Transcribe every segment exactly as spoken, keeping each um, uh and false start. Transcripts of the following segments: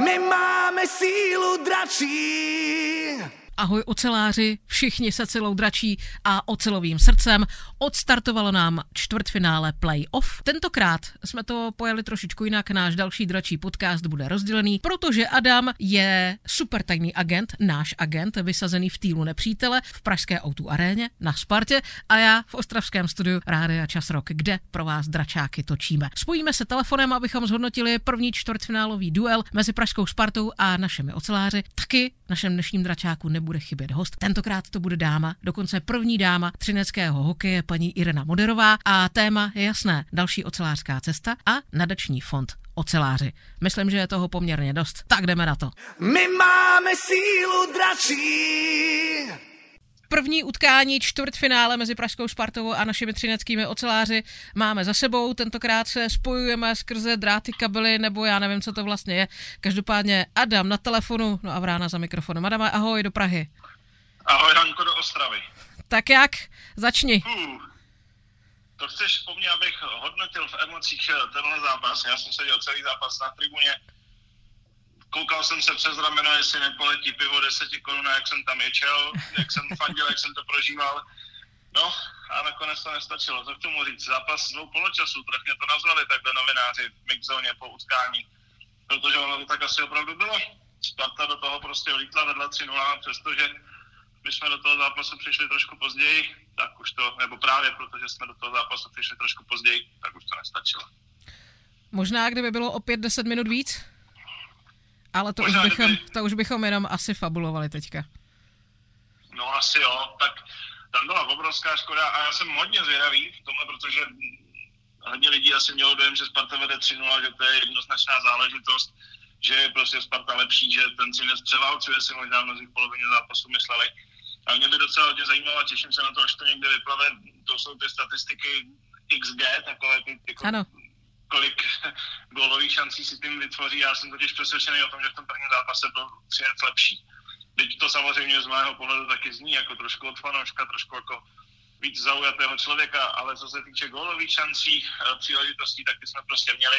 My máme sílu dračí. Ahoj oceláři, všichni se celou dračí a ocelovým srdcem. Odstartovalo nám čtvrtfinále Play-off. Tentokrát jsme to pojali trošičku jinak, náš další dračí podcast bude rozdělený, protože Adam je super tajný agent, náš agent, vysazený v týlu nepřítele v pražské ó dvě aréně na Spartě a já v ostravském studiu Rádia Čas Rock, kde pro vás dračáky točíme. Spojíme se telefonem, abychom zhodnotili první čtvrtfinálový duel mezi pražskou Spartou a našimi oceláři. Taky v našem dnešním dračáku nebude chybět host. Tentokrát to bude dáma, dokonce první dáma třineckého hokeje, paní Irena Moderová, a téma je jasné, další ocelářská cesta a nadační fond Oceláři. Myslím, že je toho poměrně dost, tak jdeme na to. My máme sílu dračí. První utkání čtvrtfinále mezi pražskou Spartou a našimi třineckými oceláři máme za sebou. Tentokrát se spojujeme skrze dráty, kabely, nebo já nevím, co to vlastně je. Každopádně Adam na telefonu, no a Vrána za mikrofonem. Adame, ahoj do Prahy. Ahoj, Hanko, do Ostravy. Tak jak? Začni. Uh, to chceš po mně, abych hodnotil v emocích tenhle zápas. Já jsem seděl celý zápas na tribuně. Koukal jsem se přes rameno, jestli nepoletí pivo deseti korun, jak jsem tam ječel, jak jsem fandil, jak jsem to prožíval. No a nakonec to nestačilo. Co k tomu říct? Zápas dvou poločasů, trochu mě to nazvali takhle novináři v mixzóně po utkání. Protože ono to tak asi opravdu bylo. Sparta do toho prostě vlítla vedla tři nula, přestože my jsme do toho zápasu přišli trošku později, tak už to, nebo právě protože jsme do toho zápasu přišli trošku později, tak už to nestačilo. Možná, kdyby bylo opět deset minut víc? Ale to už, bychom, to už bychom jenom asi fabulovali teďka. No asi jo, tak tam byla obrovská škoda a já jsem hodně zvědavý v tomhle, protože hodně lidí asi mělo dojem, že Sparta vede tři nula, že to je jednoznačná záležitost, že je prostě Sparta lepší, že ten Třinec převálcuje, si možná mnozí v polovině zápasu mysleli. A mě by docela hodně zajímalo a těším se na to, až to někde vyplave, to jsou ty statistiky X G, takové ty... Jako, ano. Kolik gólových šancí si tím vytvoří. Já jsem totiž přesvědčený o tom, že v tom prvním zápase byl Třinec lepší. Teď to samozřejmě z mého pohledu taky zní jako trošku od fanouška, trošku jako víc zaujatého člověka, ale co se týče gólových šancí, příležitostí, tak ty jsme prostě měli.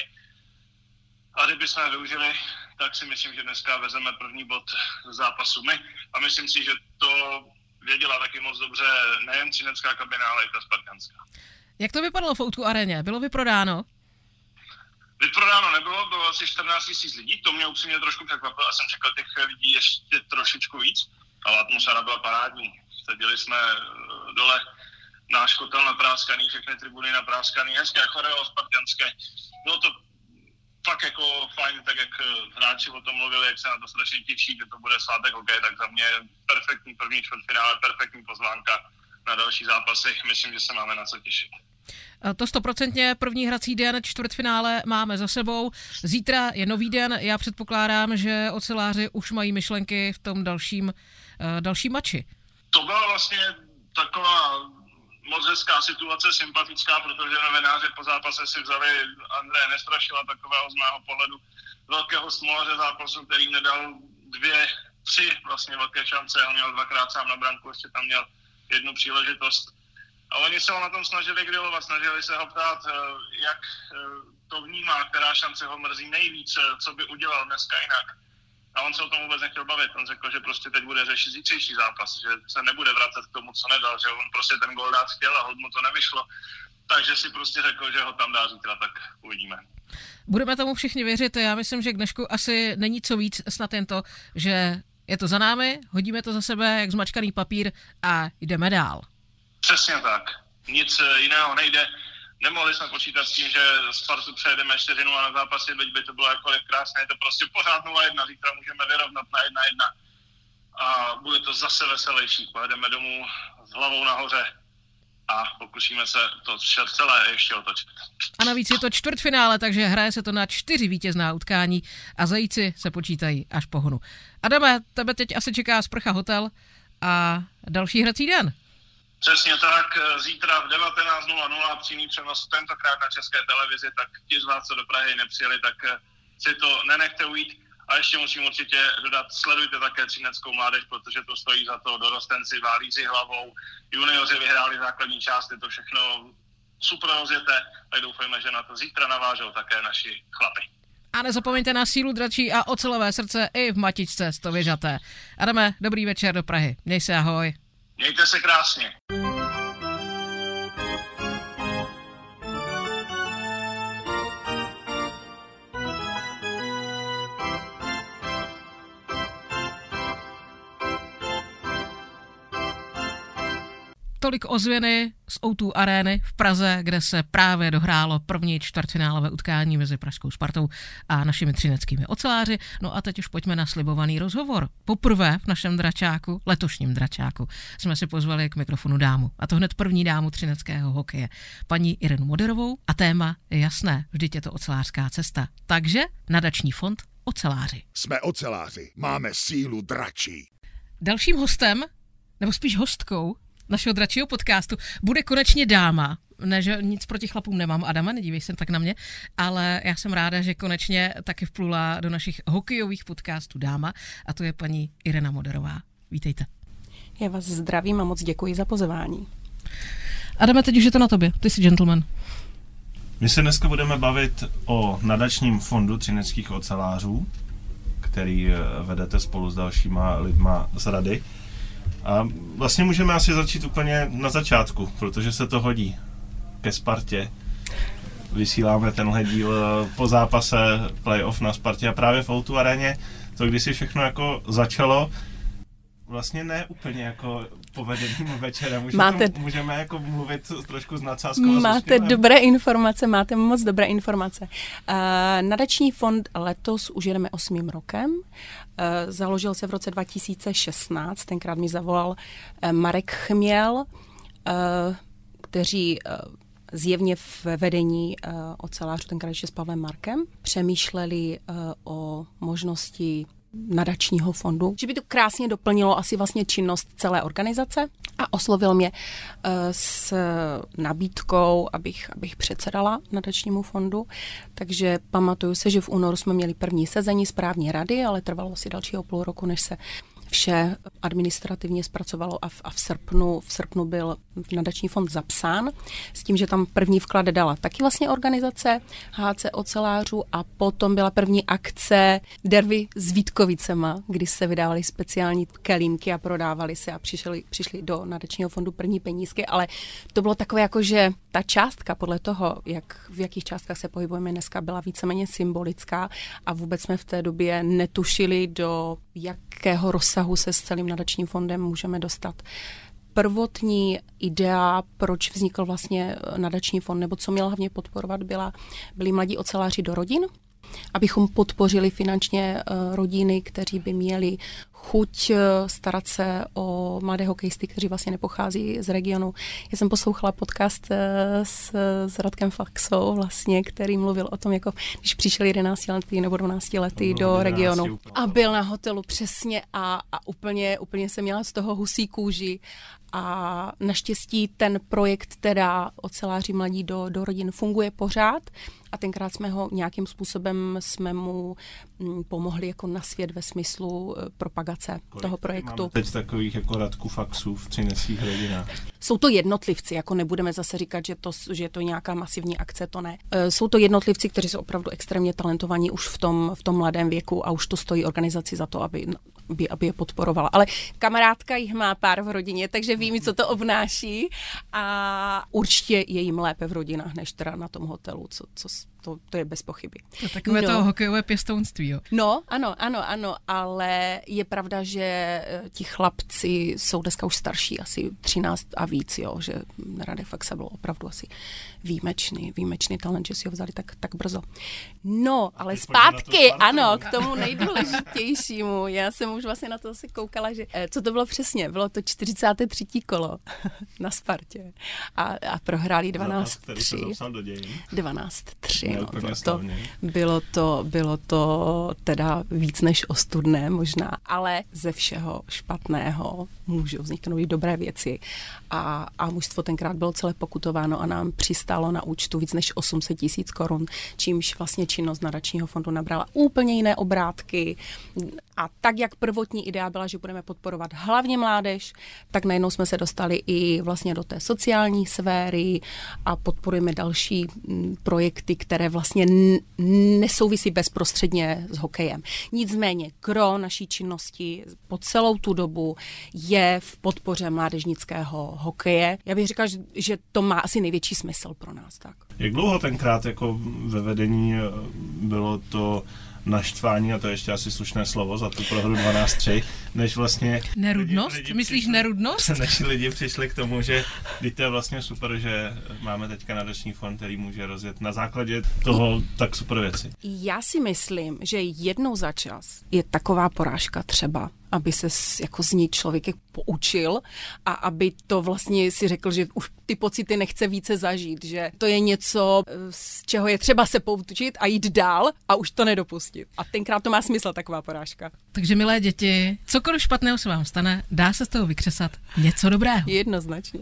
A kdyby jsme využili, tak si myslím, že dneska vezeme první bod zápasu my. A myslím si, že to věděla taky moc dobře nejen třinecká kabina, ale i ta spartanská. Jak to vypadalo v ó dvě aréně? Bylo vyprodáno? Vyprodáno nebylo, bylo asi čtrnáct tisíc lidí, to mě upřímně trošku překvapilo, já jsem čekal těch lidí ještě trošičku víc, ale atmosféra byla parádní. Seděli jsme dole, náš kotel napráskaný, všechny tribuny napráskaný, hezké choreo spartanské. Bylo to fakt jako fajn, tak jak hráči o tom mluvili, jak se na to strašně těší, že to bude svátek hokej, tak za mě perfektní první čtvrtfinále, perfektní pozvánka na další zápasy. Myslím, že se máme na co těšit. To stoprocentně první hrací den čtvrtfinále máme za sebou. Zítra je nový den, já předpokládám, že oceláři už mají myšlenky v tom dalším, uh, dalším mači. To byla vlastně taková moc hezká situace, sympatická, protože novináři po zápase si vzali Andreje Nestrašila, takového z mého pohledu velkého smolaře zápasu, který nedal dvě, tři vlastně velké šance, on měl dvakrát sám na branku, ještě tam měl jednu příležitost. A oni se ho na tom snažili grilovat, snažili se ho ptát, jak to vnímá, která šance ho mrzí nejvíc, co by udělal dneska jinak. A on se o tom vůbec nechtěl bavit, on řekl, že prostě teď bude řešit zítřejší zápas, že se nebude vracet k tomu, co nedal, že on prostě ten gól dát chtěl a hod mu to nevyšlo. Takže si prostě řekl, že ho tam dá zítra, tak uvidíme. Budeme tomu všichni věřit, já myslím, že k dnešku asi není co víc, snad jen to, že je to za námi, hodíme to za sebe jak zmačkaný papír a jdeme dál. Přesně tak. Nic jiného nejde. Nemohli jsme počítat s tím, že Spartu přejedeme čtyři nula na zápasy, byť by to bylo jakkoliv krásné. Je to prostě pořád nula jedna, zítra můžeme vyrovnat na jedna jedna. A bude to zase veselější. Pojedeme domů s hlavou nahoře a pokusíme se to celé ještě otočit. A navíc je to čtvrtfinále, takže hraje se to na čtyři vítězná utkání a zajíci se počítají až po honu. Adame, tebe teď asi čeká sprcha hotel a další hrací den. Přesně tak, zítra v devatenáct nula nula přímý přenos tentokrát na České televizi, tak ti z vás, co do Prahy nepřijeli, tak si to nenechte ujít. A ještě musím určitě dodat, sledujte také třineckou mládež, protože to stojí za to, dorostenci válíři hlavou, junioři vyhráli základní část, je to všechno super rozjeté, tak doufejme, že na to zítra navážou také naši chlapi. A nezapomeňte na sílu dračí a ocelové srdce i v matičce stověžaté. Adame, dobrý večer do Prahy. Měj se, ahoj. Mějte se krásně. Tolik ozvěny z ó dva arény v Praze, kde se právě dohrálo první čtvrtfinálové utkání mezi pražskou Spartou a našimi třineckými oceláři. No a teď už pojďme na slibovaný rozhovor. Poprvé v našem dračáku, letošním dračáku, jsme si pozvali k mikrofonu dámu. A to hned první dámu třineckého hokeje, paní Irenu Moderovou. A téma je jasné, vždyť je to ocelářská cesta. Takže nadační fond Oceláři. Jsme oceláři, máme sílu dračí. Dalším hostem, nebo spíš hostkou našeho dračího podcastu bude konečně dáma. Ne, že nic proti chlapům nemám, Adama, nedívej se tak na mě, ale já jsem ráda, že konečně taky vplula do našich hokejových podcastů dáma a to je paní Irena Moderová. Vítejte. Já vás zdravím a moc děkuji za pozvání. Adame, teď už je to na tobě, ty jsi gentleman. My se dneska budeme bavit o nadačním fondu třineckých ocelářů, který vedete spolu s dalšíma lidma z rady. A vlastně můžeme asi začít úplně na začátku, protože se to hodí ke Spartě. Vysíláme tenhle díl po zápase playoff na Spartě a právě v ó dva aréně to kdysi všechno jako začalo vlastně ne úplně jako povedeným večerem. Můžeme, máte, to, můžeme jako mluvit trošku s nadsázkou. Máte dobré informace, máte moc dobré informace. Uh, nadační fond letos už jedeme osmým rokem. Uh, založil se v roce dva tisíce šestnáct, tenkrát mi zavolal uh, Marek Chměl, uh, kteří uh, zjevně v vedení uh, ocelářů, tenkrát ještě s Pavlem Markem, přemýšleli uh, o možnosti nadačního fondu, že by to krásně doplnilo asi vlastně činnost celé organizace a oslovil mě uh, s nabídkou, abych, abych předsedala nadačnímu fondu. Takže pamatuju se, že v únoru jsme měli první sezení správní rady, ale trvalo si dalšího půl roku, než se vše administrativně zpracovalo a v, a v srpnu v srpnu byl nadační fond zapsán s tím, že tam první vklad dala taky vlastně organizace há cé ocelářů a potom byla první akce derby s Vítkovicema, kdy se vydávaly speciální kelímky a prodávaly se a přišli, přišli do nadačního fondu první penízky, ale to bylo takové jako, že ta částka podle toho, jak v jakých částkách se pohybujeme dneska, byla víceméně symbolická a vůbec jsme v té době netušili, do jakého rozsahu se s celým nadačním fondem můžeme dostat. Prvotní idea, proč vznikl vlastně nadační fond, nebo co měl hlavně podporovat, byla, byli mladí oceláři do rodin, abychom podpořili finančně uh, rodiny, kteří by měli chuť uh, starat se o mladé hokejisty, kteří vlastně nepochází z regionu. Já jsem poslouchala podcast uh, s, s Radkem Faxou, vlastně, který mluvil o tom, jako když přišel jedenáctiletý nebo dvanáctiletý do regionu a byl na hotelu přesně a, a úplně, úplně jsem měla z toho husí kůži. A naštěstí ten projekt teda oceláři mladí do, do rodin funguje pořád a tenkrát jsme ho nějakým způsobem jsme mu m, pomohli jako na svět ve smyslu e, propagace Kolik toho projektu. Máme teď takových jako Radku Faxů v třineckých rodinách. Jsou to jednotlivci, jako nebudeme zase říkat, že, to, že je to nějaká masivní akce, to ne. E, jsou to jednotlivci, kteří jsou opravdu extrémně talentovaní už v tom, v tom mladém věku a už to stojí organizaci za to, aby, aby, aby je podporovala. Ale kamarádka jich má pár v rodině, takže vím, co to obnáší a určitě je jim lépe v rodinách, než teda na tom hotelu, co, co to, to je bez pochyby. To takové no. to hokejové pěstounství, jo? No, ano, ano, ano, ale je pravda, že ti chlapci jsou dneska už starší, asi třináct a víc, jo, že Radek Faxa byl opravdu asi výjimečný, výjimečný talent, že si ho vzali tak, tak brzo. No, ale zpátky, ano, k tomu nejdůležitějšímu. Já jsem už vlastně na to asi koukala, že co to bylo přesně? Bylo to čtyřicáté třetí kolo na Spartě a, a prohráli dvanáct tři. dvanáct tři. No, bylo, to, bylo, to, bylo to teda víc než ostudné možná, ale ze všeho špatného můžou vzniknout i dobré věci. A, a mužstvo tenkrát bylo celé pokutováno a nám přistálo na účtu víc než osm set tisíc korun, čímž vlastně činnost nadačního fondu nabrala úplně jiné obrátky. A tak, jak prvotní idea byla, že budeme podporovat hlavně mládež, tak najednou jsme se dostali i vlastně do té sociální sféry a podporujeme další projekty, které které vlastně n- nesouvisí bezprostředně s hokejem. Nicméně gro naší činnosti po celou tu dobu je v podpoře mládežnického hokeje. Já bych říkala, že, že to má asi největší smysl pro nás. Tak. Jak dlouho tenkrát jako ve vedení bylo to naštvání, a to je ještě asi slušné slovo za tu prohru dvanáct tři, než vlastně... Nerudnost? Lidi, lidi Myslíš přišli, nerudnost? Než lidi přišli k tomu, že teď to je vlastně super, že máme teďka nadační fond, který může rozjet na základě toho tak super věci. Já si myslím, že jednou za čas je taková porážka třeba, aby se jako z ní člověk poučil a aby to vlastně si řekl, že už ty pocity nechce více zažít, že to je něco, z čeho je třeba se poučit a jít dál a už to nedopustit. A tenkrát to má smysl, taková porážka. Takže milé děti, cokoliv špatného se vám stane, dá se z toho vykřesat něco dobrého. Jednoznačně.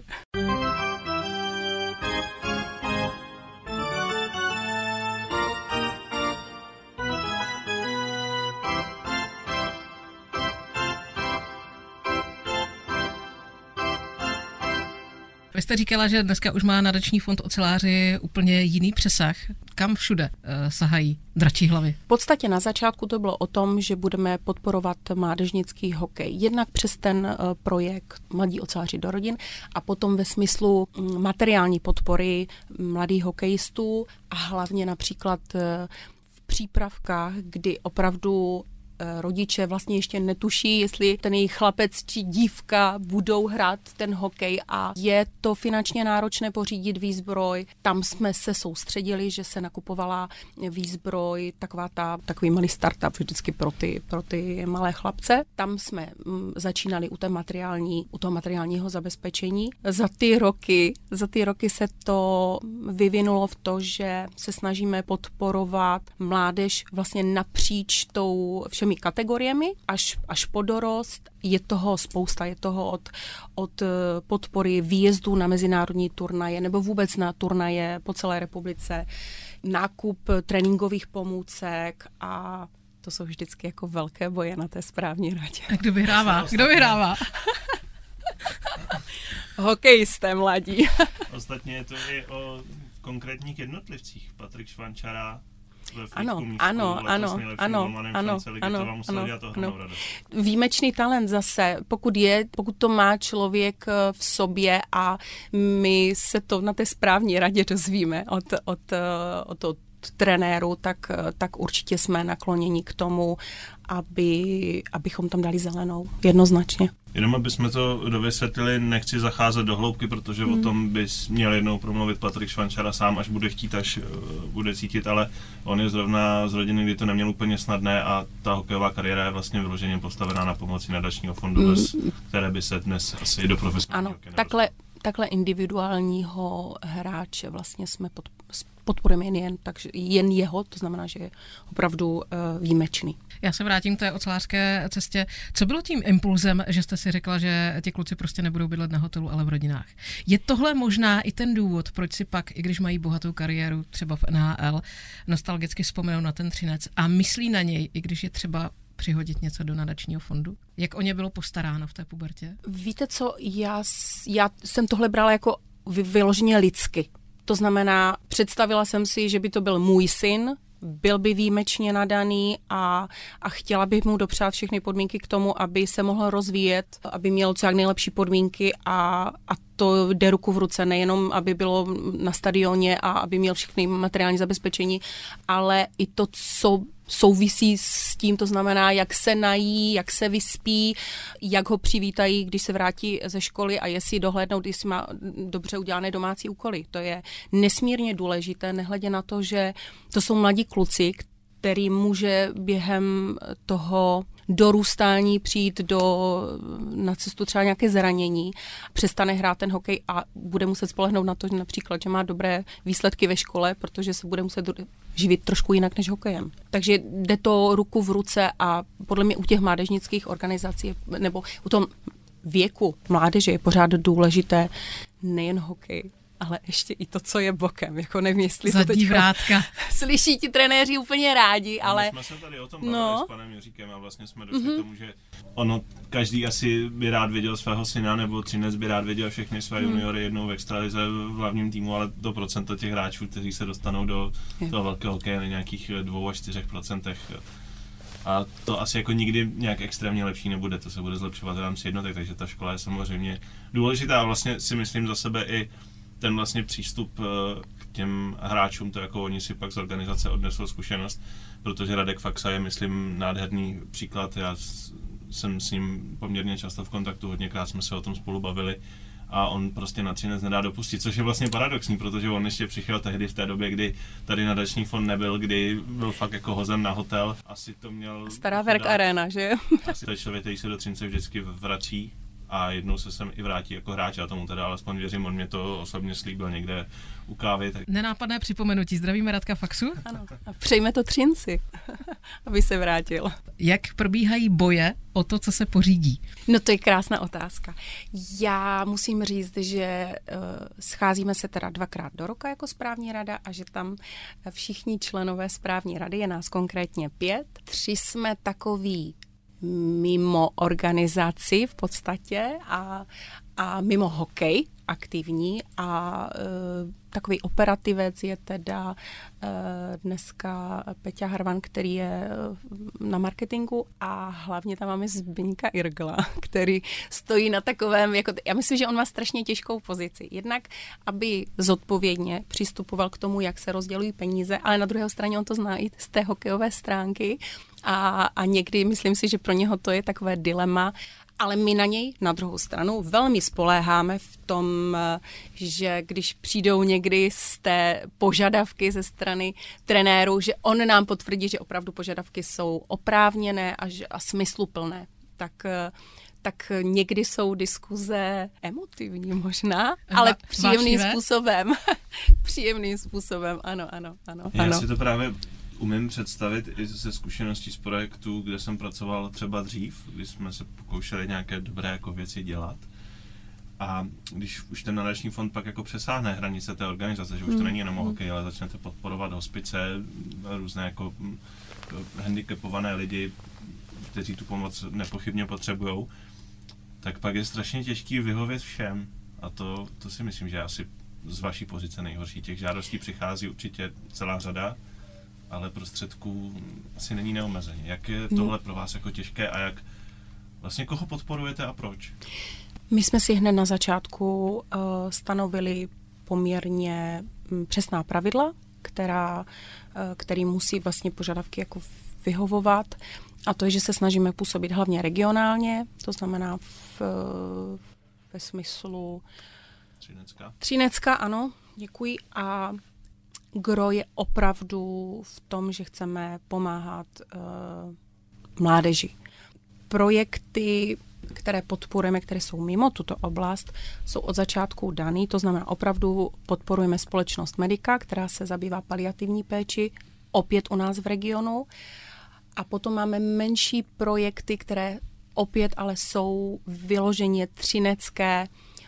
Vy jste říkala, že dneska už má nadační fond oceláři úplně jiný přesah. Kam všude uh, sahají dračí hlavy? V podstatě na začátku to bylo o tom, že budeme podporovat mládežnický hokej. Jednak přes ten uh, projekt Mladí oceláři do rodin a potom ve smyslu um, materiální podpory mladých hokejistů a hlavně například uh, v přípravkách, kdy opravdu rodiče vlastně ještě netuší, jestli ten jejich chlapec či dívka budou hrát ten hokej a je to finančně náročné pořídit výzbroj. Tam jsme se soustředili, že se nakupovala výzbroj, taková ta, takový malý startup vždycky pro ty, pro ty malé chlapce. Tam jsme m, začínali u té materiální, u toho materiálního zabezpečení. Za ty roky, za ty roky se to vyvinulo v to, že se snažíme podporovat mládež vlastně napříč tou všemi kategoriemi až, až po dorost. Je toho spousta, je toho od, od podpory výjezdů na mezinárodní turnaje nebo vůbec na turnaje po celé republice, nákup tréninkových pomůcek a to jsou vždycky jako velké boje na té správní radě. A kdo vyhrává? Kdo vyhrává? Hokejisté mladí. Ostatně je to i o konkrétních jednotlivcích. Patrik Švančara Ano, ano, ano, ano, ano, ano, ano, ano. Výjimečný talent zase, pokud je, pokud to má člověk v sobě a my se to na té správní radě dozvíme od, od, od, od trenéru, tak, tak určitě jsme nakloněni k tomu, aby, abychom tam dali zelenou, jednoznačně. Jenom aby jsme to dovysvětlili, nechci zacházet do hloubky, protože hmm. o tom bys měl jednou promluvit Patrik Švančara sám, až bude chtít, až uh, bude cítit, ale on je zrovna z rodiny, kdy to neměl úplně snadné a ta hokejová kariéra je vlastně vyloženě postavená na pomoci nadačního fondu, hmm. bez které by se dnes asi do profesionálního hokeje takhle, takhle individuálního hráče vlastně jsme pod, podporujeme jen, jen, takže jen jeho, to znamená, že je opravdu uh, výjimečný. Já se vrátím k té ocelářské cestě. Co bylo tím impulzem, že jste si řekla, že ti kluci prostě nebudou bydlet na hotelu, ale v rodinách? Je tohle možná i ten důvod, proč si pak, i když mají bohatou kariéru, třeba v N H L, nostalgicky vzpomenou na ten Třinec a myslí na něj, i když je třeba přihodit něco do nadačního fondu? Jak o ně bylo postaráno v té pubertě? Víte co, já, já jsem tohle brala jako vyloženě lidsky. To znamená, představila jsem si, že by to byl můj syn, byl by výjimečně nadaný a, a chtěla bych mu dopřát všechny podmínky k tomu, aby se mohl rozvíjet, aby měl co jak nejlepší podmínky a, a to jde ruku v ruce, nejenom aby bylo na stadioně a aby měl všechny materiální zabezpečení, ale i to, co souvisí s tím, to znamená, jak se nají, jak se vyspí, jak ho přivítají, když se vrátí ze školy a jestli dohlédnout, jestli má dobře udělané domácí úkoly. To je nesmírně důležité, nehledě na to, že to jsou mladí kluci, který může během toho dorůstání přijít do, na cestu třeba nějaké zranění, přestane hrát ten hokej a bude muset spolehnout na to, že například, že má dobré výsledky ve škole, protože se bude muset živit trošku jinak než hokejem. Takže jde to ruku v ruce a podle mě u těch mládežnických organizací nebo u tom věku mládeže je pořád důležité nejen hokej, ale ještě i to, co je bokem. Jako nevím, jestli Zadní to teď vrátka. Slyší ti trenéři úplně rádi, ale... My jsme se tady o tom bavili no. s panem Juříkem a vlastně jsme došli mm-hmm. k tomu, že ono, každý asi by rád viděl svého syna, nebo Třinec by rád viděl všechny své juniory mm. jednou v extralize v hlavním týmu, ale to procento těch hráčů, kteří se dostanou do toho velkého hokeje na nějakých dvou až čtyřech procentech. A to asi jako nikdy nějak extrémně lepší nebude, to se bude zlepšovat v rámci jednotek, takže ta škola je samozřejmě důležitá a vlastně si myslím za sebe i ten vlastně přístup k těm hráčům, to jako oni si pak z organizace odnesou zkušenost, protože Radek Faxa je, myslím, nádherný příklad, já jsem s ním poměrně často v kontaktu, hodněkrát jsme se o tom spolu bavili a on prostě na Třinec nedá dopustit, což je vlastně paradoxní, protože on ještě přišel tehdy v té době, kdy tady nadační fond nebyl, kdy byl fakt jako hozen na hotel. Asi to měl... Stará Verk Arena, že? Asi to je člověk, který se do Třince vždycky vrací a jednou se sem i vrátí jako hráč, já tomu teda alespoň věřím, on mě to osobně slíbil někde u kávy. Tak... Nenápadné připomenutí, zdravíme Radka Faxu. Ano, a přejme to Třinci, aby se vrátil. Jak probíhají boje o to, co se pořídí? No to je krásná otázka. Já musím říct, že uh, scházíme se teda dvakrát do roka jako správní rada a že tam všichni členové správní rady, je nás konkrétně pět, tři jsme takový mimo organizaci v podstatě a, a mimo hokej aktivní a e, takový operativec je teda e, dneska Peťa Harvan, který je na marketingu a hlavně tam máme Zbyňka Irgla, který stojí na takovém, jako, já myslím, že on má strašně těžkou pozici. Jednak, aby zodpovědně přistupoval k tomu, jak se rozdělují peníze, ale na druhé straně on to zná i z té hokejové stránky a, a někdy myslím si, že pro něho to je takové dilema. Ale my na něj na druhou stranu velmi spoléháme v tom, že když přijdou někdy z té požadavky ze strany trenérů, že on nám potvrdí, že opravdu požadavky jsou oprávněné a, že, a smysluplné. Tak, tak někdy jsou diskuze emotivní možná, ale příjemným způsobem. příjemným způsobem, ano, ano, ano. Já ano. si to právě umím představit i ze zkušeností z projektů, kde jsem pracoval třeba dřív, když jsme se pokoušeli nějaké dobré jako věci dělat. A když už ten nadační fond pak jako přesáhne hranice té organizace, že už to není jenom o hokej, ale začnete podporovat hospice, různé jako handicapované lidi, kteří tu pomoc nepochybně potřebujou, tak pak je strašně těžký vyhovět všem. A to, to si myslím, že asi z vaší pozice nejhorší. Těch žádostí přichází určitě celá řada, ale prostředků asi není neomezeně. Jak je tohle pro vás jako těžké a jak vlastně koho podporujete a proč? My jsme si hned na začátku uh, stanovili poměrně um, přesná pravidla, která, uh, který musí vlastně požadavky jako vyhovovat. A to je, že se snažíme působit hlavně regionálně, to znamená v, uh, ve smyslu... Třinecka. Třinecka, ano, děkuji. A gro je opravdu v tom, že chceme pomáhat uh, mládeži. Projekty, které podporujeme, které jsou mimo tuto oblast, jsou od začátku daný, to znamená opravdu podporujeme společnost Medika, která se zabývá paliativní péči, opět u nás v regionu. A potom máme menší projekty, které opět ale jsou vyloženě třinecké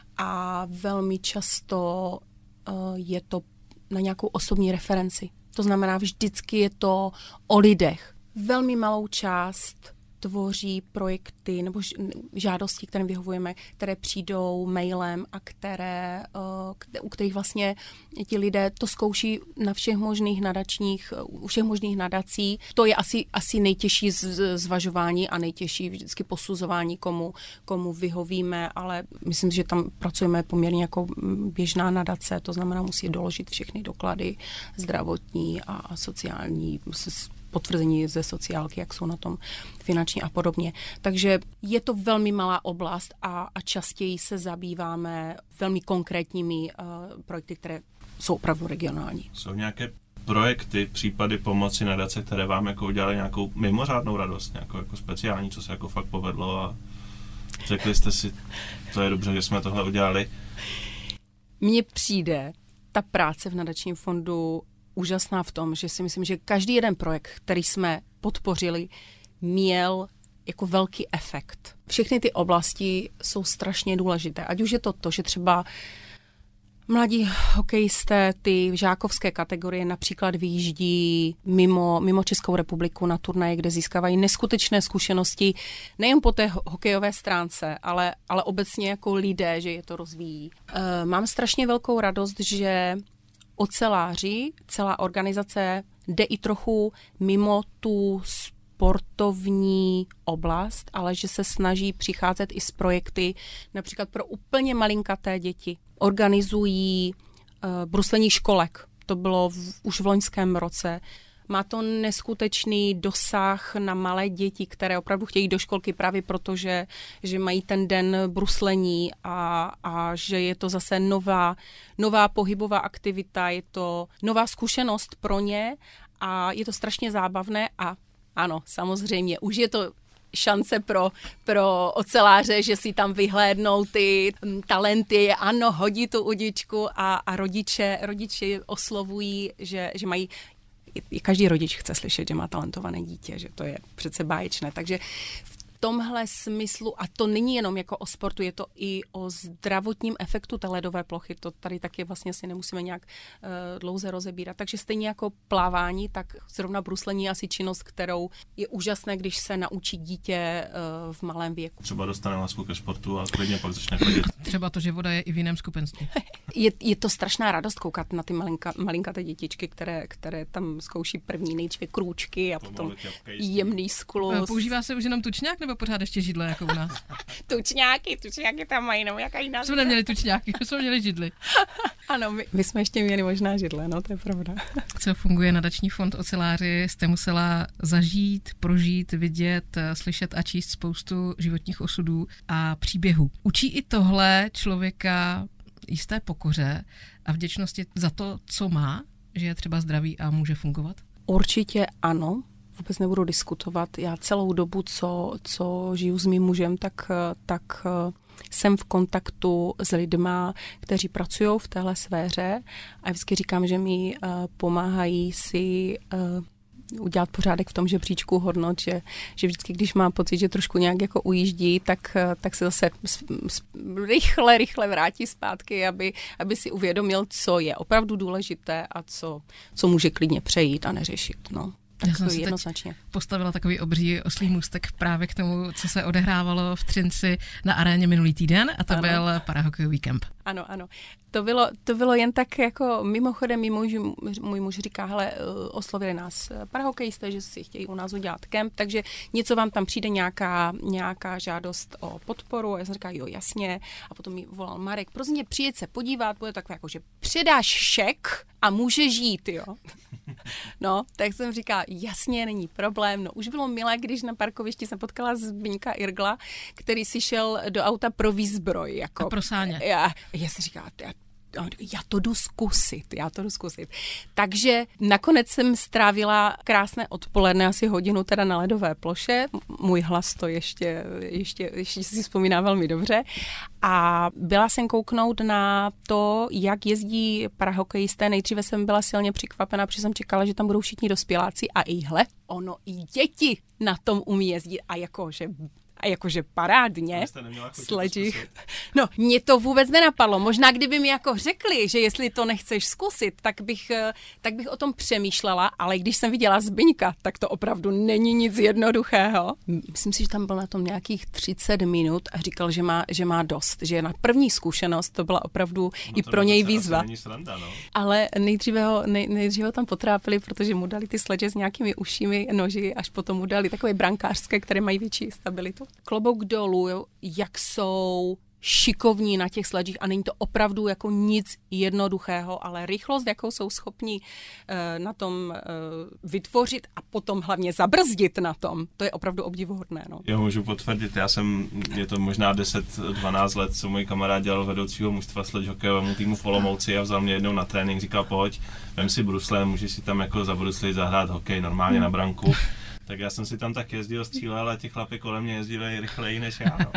a velmi často uh, je to na nějakou osobní referenci. To znamená, vždycky je to o lidech. Velmi malou část tvoří projekty nebo žádosti, které vyhovujeme, které přijdou mailem a které, u kterých vlastně ti lidé to zkouší na všech možných nadačních, u všech možných nadací. To je asi, asi nejtěžší zvažování a nejtěžší vždycky posuzování, komu, komu vyhovíme, ale myslím, že tam pracujeme poměrně jako běžná nadace, to znamená, musí doložit všechny doklady zdravotní a sociální, potvrzení ze sociálky, jak jsou na tom finančně a podobně. Takže je to velmi malá oblast a, a častěji se zabýváme velmi konkrétními uh, projekty, které jsou opravdu regionální. Jsou nějaké projekty, případy pomoci nadace, které vám jako udělali nějakou mimořádnou radost, nějakou jako speciální, co se jako fakt povedlo a řekli jste si, to je dobře, že jsme tohle udělali? Mně přijde ta práce v nadačním fondu úžasná v tom, že si myslím, že každý jeden projekt, který jsme podpořili, měl jako velký efekt. Všechny ty oblasti jsou strašně důležité. Ať už je to to, že třeba Mladí hokejisté, ty v žákovské kategorie například vyjíždí mimo, mimo Českou republiku na turnaje, kde získávají neskutečné zkušenosti nejen po té hokejové stránce, ale, ale obecně jako lidé, že je to rozvíjí. E, mám strašně velkou radost, že oceláři, celá organizace jde i trochu mimo tu sportovní oblast, ale že se snaží přicházet i s projekty například pro úplně malinkaté děti. Organizují uh, bruslení školek. To bylo v, už v loňském roce. Má to neskutečný dosah na malé děti, které opravdu chtějí do školky právě proto, že, že mají ten den bruslení a, a že je to zase nová, nová pohybová aktivita, je to nová zkušenost pro ně a je to strašně zábavné a ano, samozřejmě, už je to šance pro, pro oceláře, že si tam vyhlédnou ty talenty, ano, hodí tu udičku a, a rodiče, rodiče oslovují, že, že mají, každý rodič chce slyšet, že má talentované dítě, že to je přece báječné, takže v tomhle smyslu, a to není jenom jako o sportu, je to i o zdravotním efektu té ledové plochy, to tady taky vlastně si nemusíme nějak uh, dlouze rozebírat, takže stejně jako plávání, tak zrovna bruslení je asi činnost, kterou je úžasné, když se naučí dítě uh, v malém věku. Třeba dostane lásku ke sportu a klidně pak začne chodit. Třeba to, že voda je i v jiném skupenství. je, je to strašná radost koukat na ty malinka, malinkaté dětičky, které, které tam zkouší první nejdříve krůčky a potom jemný sklus. Používá se už jenom tučňák nebo pořád ještě židle jako u nás? Tučňáky, tučňáky tam mají, no jaká jiná. Jsme neměli tučňáky, jsme měli židly. Ano, my, my jsme ještě měli možná židle, no to je pravda. Co funguje nadační fond oceláři, jste musela zažít, prožít, vidět, slyšet a číst spoustu životních osudů a příběhů. Učí i tohle člověka jisté pokoře a vděčnosti za to, co má, že je třeba zdravý a může fungovat? Určitě ano. Vůbec nebudu diskutovat. Já celou dobu, co, co žiju s mým mužem, tak, tak jsem v kontaktu s lidma, kteří pracují v téhle sféře a vždycky říkám, že mi pomáhají si udělat pořádek v tom žebříčku hodnot, že, že vždycky, když má pocit, že trošku nějak jako ujíždí, tak, tak se zase rychle, rychle vrátí zpátky, aby, aby si uvědomil, co je opravdu důležité a co, co může klidně přejít a neřešit. No. Já jsem si jednoznačně postavila takový obří oslý můstek právě k tomu, co se odehrávalo v Třinci na aréně minulý týden a to ano. byl parahokejový kemp. Ano, ano. To bylo, to bylo jen tak jako mimochodem, můj muž, můj muž říká, hele, oslovili nás parahokejisté, že si chtějí u nás udělat kemp, takže něco vám tam přijde, nějaká, nějaká žádost o podporu a já jsem říkala, jo, jasně. A potom mi volal Marek, prosím tě, přijet se podívat, bude takové jako, že předáš šek a může žít, jo. No, tak jsem říkala, jasně, není problém. No, už bylo milé, když na parkovišti jsem potkala Zbyňka Irgla, který si šel do auta pro výzbroj. Jako, a pro sáně. Já, já jsem říkala, já, já to jdu zkusit, já to jdu zkusit. Takže nakonec jsem strávila krásné odpoledne, asi hodinu teda na ledové ploše. Můj hlas to ještě, ještě, ještě si vzpomíná velmi dobře. A byla jsem kouknout na to, jak jezdí parahokejisté. Nejdříve jsem byla silně překvapena, protože jsem čekala, že tam budou všichni dospěláci a ihle, ono i děti na tom umí jezdit a jakože a jakože parádně sledí. No, mě to vůbec nenapadlo. Možná kdyby mi jako řekli, že jestli to nechceš zkusit, tak bych, tak bych o tom přemýšlela, ale když jsem viděla Zbyňka, tak to opravdu není nic jednoduchého. Myslím si, že tam byl na tom nějakých třicet minut a říkal, že má, že má dost, že na první zkušenost to byla opravdu no i pro něj výzva. Sranda, no. Ale nejdříve ho, nej, nejdříve ho tam potrápili, protože mu dali ty sledže s nějakými ušími noži, až potom mu dali takové brankářské, které mají větší stabilitu. Klobouk dolů, jak jsou šikovní na těch sledžích a není to opravdu jako nic jednoduchého, ale rychlost, jakou jsou schopni uh, na tom uh, vytvořit a potom hlavně zabrzdit na tom, to je opravdu obdivuhodné. No. Já můžu potvrdit, já jsem, je to možná deset dvanáct let, co můj kamarád dělal vedoucího mužstva sledge hokejovému týmu v Olomouci a vzal mě jednou na trénink, říkal, pojď, vem si brusle, můžeš si tam jako zabruslit, zahrát hokej normálně hmm. na branku. Tak já jsem si tam tak jezdil, střílel, ale ty chlapy kolem mě jezdili rychleji než já. No.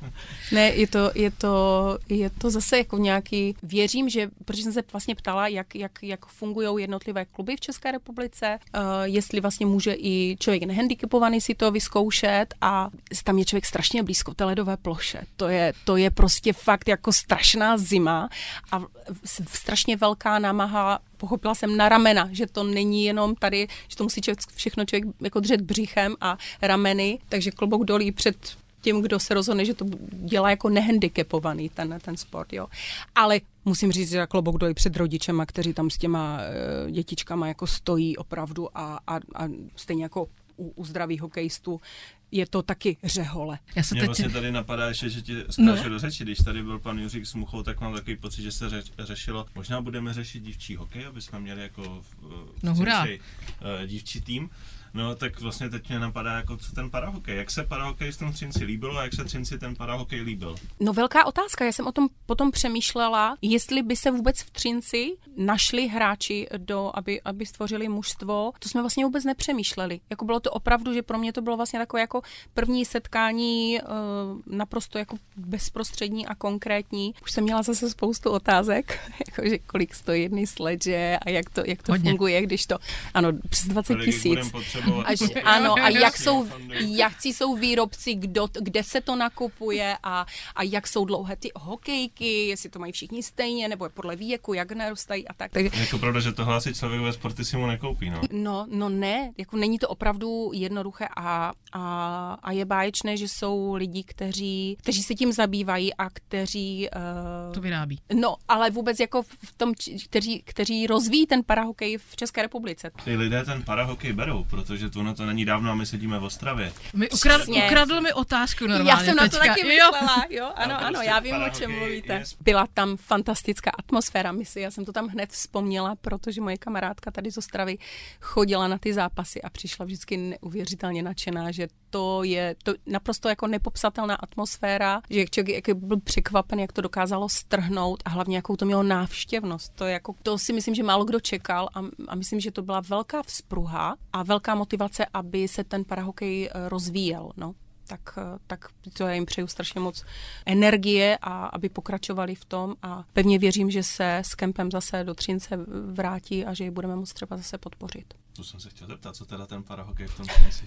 Ne, je to, je to, je to zase jako nějaký, věřím, že, protože jsem se vlastně ptala, jak, jak, jak fungují jednotlivé kluby v České republice, uh, jestli vlastně může i člověk nehandicapovaný si to vyzkoušet a tam je člověk strašně blízko té ledové ploše. To je, to je prostě fakt jako strašná zima a strašně velká námaha, pochopila jsem, na ramena, že to není jenom tady, že to musí člověk, všechno člověk jako držet břichem a rameny, takže klobouk dolí před tím, kdo se rozhodne, že to dělá jako nehandicapovaný ten, ten sport, jo. Ale musím říct, že klobouk dolí před rodičema, kteří tam s těma uh, dětičkama jako stojí opravdu a, a, a stejně jako u, u zdravých hokejistů je to taky řehole. Já se Mě teď... vlastně tady napadá ještě, že ti skážu no. do řeči. Když tady byl pan Juřík s Muchou, tak mám takový pocit, že se řeš, řešilo, možná budeme řešit dívčí hokej, aby jsme měli jako v, no, hurá. uh, dívčí tým. No tak vlastně teď mě napadá, jako co ten parahokej. Jak se parahokej s tom Třinci líbilo a jak se Třinci ten parahokej líbil? No velká otázka. Já jsem o tom potom přemýšlela, jestli by se vůbec v Třinci našli hráči, do, aby, aby stvořili mužstvo. To jsme vlastně vůbec nepřemýšleli. Jako bylo to opravdu, že pro mě to bylo vlastně takové jako první setkání uh, naprosto jako bezprostřední a konkrétní. Už jsem měla zase spoustu otázek, jakože kolik stojí jedný sledže a jak to, jak to funguje, když to, ano, přes dvacet tisíc. Až, ano, a jak jsou, jakcí jsou výrobci, kdo, kde se to nakupuje a, a jak jsou dlouhé ty hokejky, jestli to mají všichni stejně, nebo podle věku, jak narůstají a tak. Takže, jako pravda, že tohle asi člověk ve sporty si mu nekoupí, no? No, no ne, jako není to opravdu jednoduché a, a, a je báječné, že jsou lidi, kteří, kteří se tím zabývají a kteří... Uh, to vyrábí. No, ale vůbec jako v tom, kteří, kteří rozvíjí ten parahokej v České republice. Ty lidé ten parahokej berou, protože to na to není dávno a my sedíme v Ostravě. My ukrad, ukradl mi otázku normálně. Já jsem teďka. na to taky myslela, jo, ano, prostě ano, já vím, o čem mluvíte. Je... Byla tam fantastická atmosféra, misi, já jsem to tam hned vzpomněla, protože moje kamarádka tady z Ostravy chodila na ty zápasy a přišla vždycky neuvěřitelně nadšená, že to je to naprosto jako nepopsatelná atmosféra, že člověk jak byl překvapen, jak to dokázalo strhnout a hlavně jakou to mělo návštěvnost. To, jako, to si myslím, že málo kdo čekal a, a myslím, že to byla velká vzpruha a velká motivace, aby se ten parahokej rozvíjel, no. Tak, tak to já jim přeju strašně moc energie a aby pokračovali v tom a pevně věřím, že se s kempem zase do Třince vrátí a že ji budeme moct třeba zase podpořit. To jsem se chtěl zeptat, co teda ten parahokej v tom Třinci?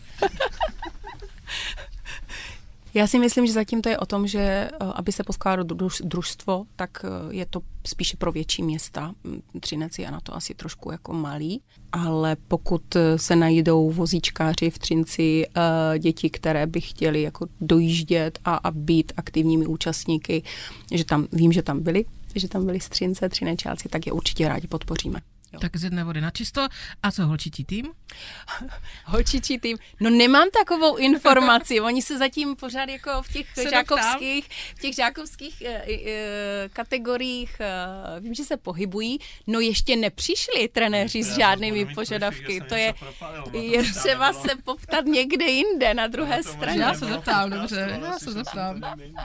Já si myslím, že zatím to je o tom, že aby se poskládalo družstvo, tak je to spíše pro větší města. Třinec je na to asi trošku jako malý, ale pokud se najdou vozíčkáři v Třinci, děti, které by chtěli jako dojíždět a, a být aktivními účastníky, že tam, vím, že tam byli, že tam byli z Třince, Třinečáci, tak je určitě rádi podpoříme. Jo. Tak z jedné vody na čisto. A co holčičí tým? Holčičí tým? No nemám takovou informaci. Oni se zatím pořád jako v těch se žákovských, v těch žákovských uh, uh, kategoriích uh, vím, že se pohybují, no ještě nepřišli trenéři s žádnými požadavky. To je, je třeba se poptat někde jinde, na druhé straně. Já se zeptám, dobře, já se zeptám.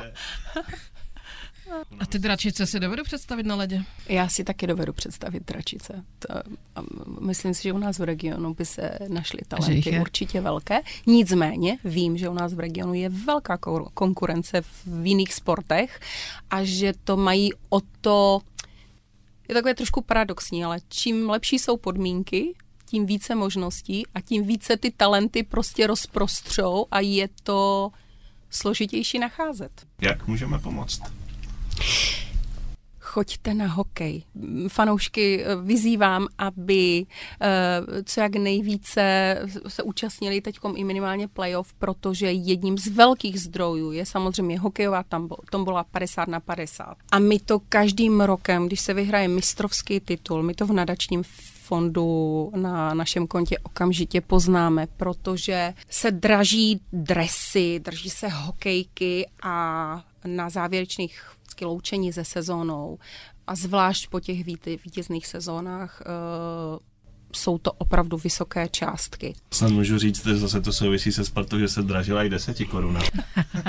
A ty dračice si dovedu představit na ledě? Já si taky dovedu představit dračice. To, myslím si, že u nás v regionu by se našly talenty určitě velké. Nicméně vím, že u nás v regionu je velká konkurence v jiných sportech a že to mají o to... Je takové trošku paradoxní, ale čím lepší jsou podmínky, tím více možností a tím více ty talenty prostě rozprostřou a je to složitější nacházet. Jak můžeme pomoct? Choďte na hokej. Fanoušky vyzývám, aby co jak nejvíce se účastnili teďkom i minimálně playoff, protože jedním z velkých zdrojů je samozřejmě hokejová tombola padesát na padesát. A my to každým rokem, když se vyhraje mistrovský titul, my to v nadačním fondu na našem kontě okamžitě poznáme, protože se draží dresy, draží se hokejky a na závěrečných loučení se sezónou a zvlášť po těch vítězných sezónách uh, jsou to opravdu vysoké částky. Snad můžu říct, že zase to souvisí se Spartou, že se dražila i deseti korun.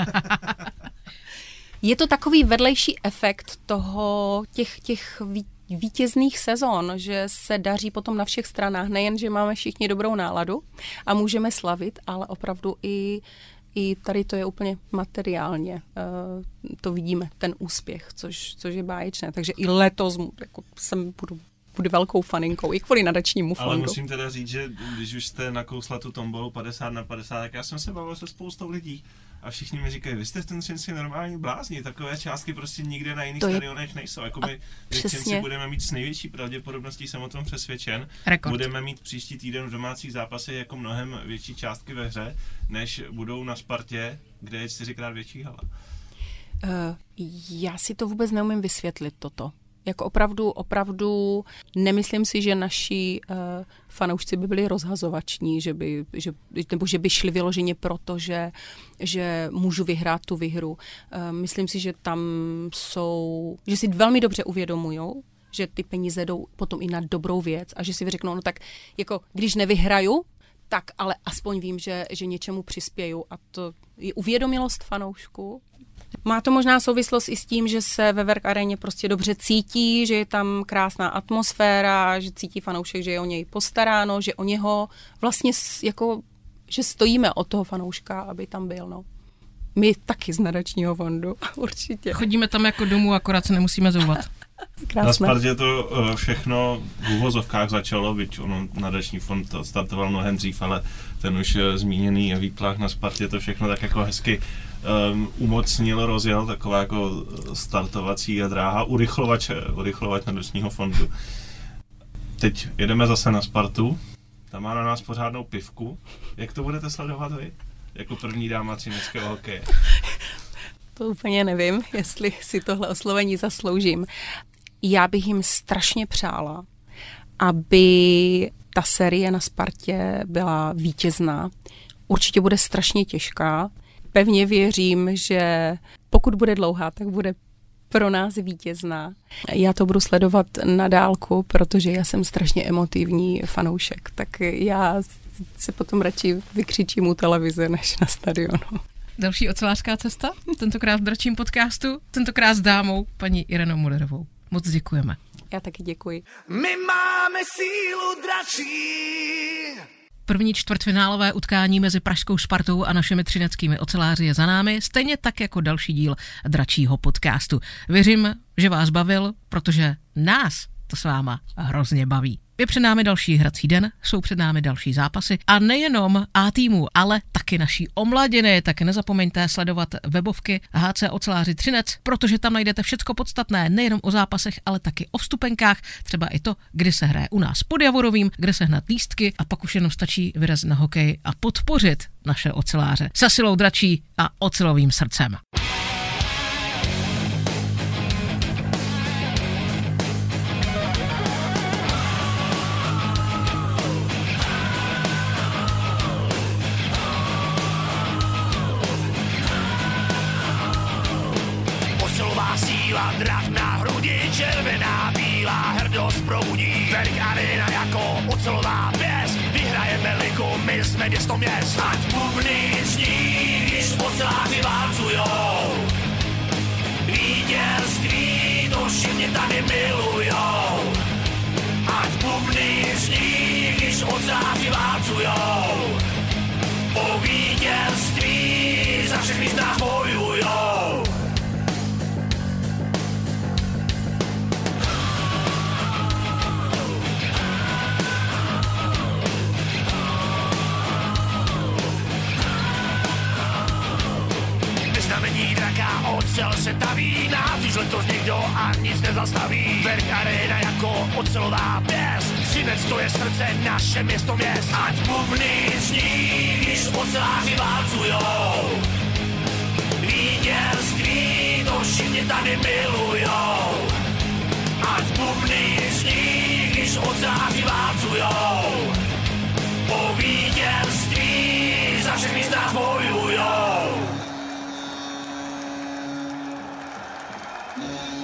Je to takový vedlejší efekt toho těch, těch vítězných sezon, že se daří potom na všech stranách. Nejen, že máme všichni dobrou náladu a můžeme slavit, ale opravdu i, i tady to je úplně materiálně. Uh, to vidíme, ten úspěch, což, což je báječné. Takže i letos jako jsem budu budu velkou faninkou, i kvůli nadačnímu fondu. Ale musím teda říct, že když už jste nakousla tu tombolu padesát na padesát, tak já jsem se bavil se spoustou lidí a všichni mi říkají, vy jste v ten Třinci normální blázni, takové částky prostě nikde na jiných to stadionech je... nejsou. Jako my v Třinci budeme mít s největší pravděpodobností, jsem o tom přesvědčen, Rekord. Budeme mít příští týden v domácích zápasech jako mnohem větší částky ve hře, než budou na Spartě, kde je čtyřikrát větší hala. Uh, já si to vůbec neumím vysvětlit toto. Jako opravdu, opravdu nemyslím si, že naši uh, fanoušci by byli rozhazovační, že by, že, nebo že by šli vyloženě proto, že, že můžu vyhrát tu výhru. Uh, myslím si, že tam jsou, že si velmi dobře uvědomujou, že ty peníze jdou potom i na dobrou věc a že si vyřeknou, no tak jako když nevyhraju, tak ale aspoň vím, že, že něčemu přispěju a to je uvědomilost fanoušků. Má to možná souvislost i s tím, že se ve Werk Areně prostě dobře cítí, že je tam krásná atmosféra, že cítí fanoušek, že je o něj postaráno, že o něho vlastně jako, že stojíme od toho fanouška, aby tam byl, no. My taky z nadačního fondu, určitě. Chodíme tam jako domů, akorát se nemusíme zouvat. Na Spartě to všechno v uvozovkách začalo, byť ono nadační fond to startoval mnohem dřív, ale ten už zmíněný výplach na Spartě to všechno tak jako hezky um, umocnil, rozjel, taková jako startovací dráha, urychlovač, urychlovač nadačního fondu. Teď jedeme zase na Spartu, tam má na nás pořádnou pivku. Jak to budete sledovat vy? Jako první dáma třineckého hokeje. To úplně nevím, jestli si tohle oslovení zasloužím. Já bych jim strašně přála, aby ta série na Spartě byla vítězná. Určitě bude strašně těžká. Pevně věřím, že pokud bude dlouhá, tak bude pro nás vítězná. Já to budu sledovat na dálku, protože já jsem strašně emotivní fanoušek, tak já se potom radši vykřičím u televize než na stadionu. Další ocelářská cesta, tentokrát v dračím podcastu, tentokrát s dámou, paní Irenou Mullerovou. Moc děkujeme. Já taky děkuji. My máme sílu dračí. První čtvrtfinálové utkání mezi pražskou Spartou a našimi třineckými oceláři je za námi, stejně tak jako další díl dračího podcastu. Věřím, že vás bavil, protože nás to s váma hrozně baví. Je před námi další hrací den, jsou před námi další zápasy a nejenom A týmu, ale taky naší omladiny, tak nezapomeňte sledovat webovky H C Oceláři Třinec, protože tam najdete všecko podstatné, nejenom o zápasech, ale taky o vstupenkách, třeba i to, kdy se hraje u nás pod Javorovým, kde se hnat lístky a pak už jenom stačí vyrazit na hokej a podpořit naše oceláře se silou dračí a ocelovým srdcem. Drak na hrudi, červená, bílá hrdost proudí. Werk Arena jako ocelová pěst, vyhrajeme ligu, my jsme město měst. Ať bubny zní, když oceláři válcujou. Vítězství, to všichni tady milujou. Ať bubny zní, když oceláři válcujou. Po vítězství za všechny z nás bojujou. Znamení draka, ocel se taví, nás už letos nikdo a nic nezastaví. Werk Arena jako ocelová pěst, Třinec to je srdce, naše město měst. Ať bubny zní, když oceláři válcujou. Vítězství, to všichni tady milujou. Ať bubny zní, když oceláři válcujou. Po vítězství za všechny z nás bojujou. Yeah.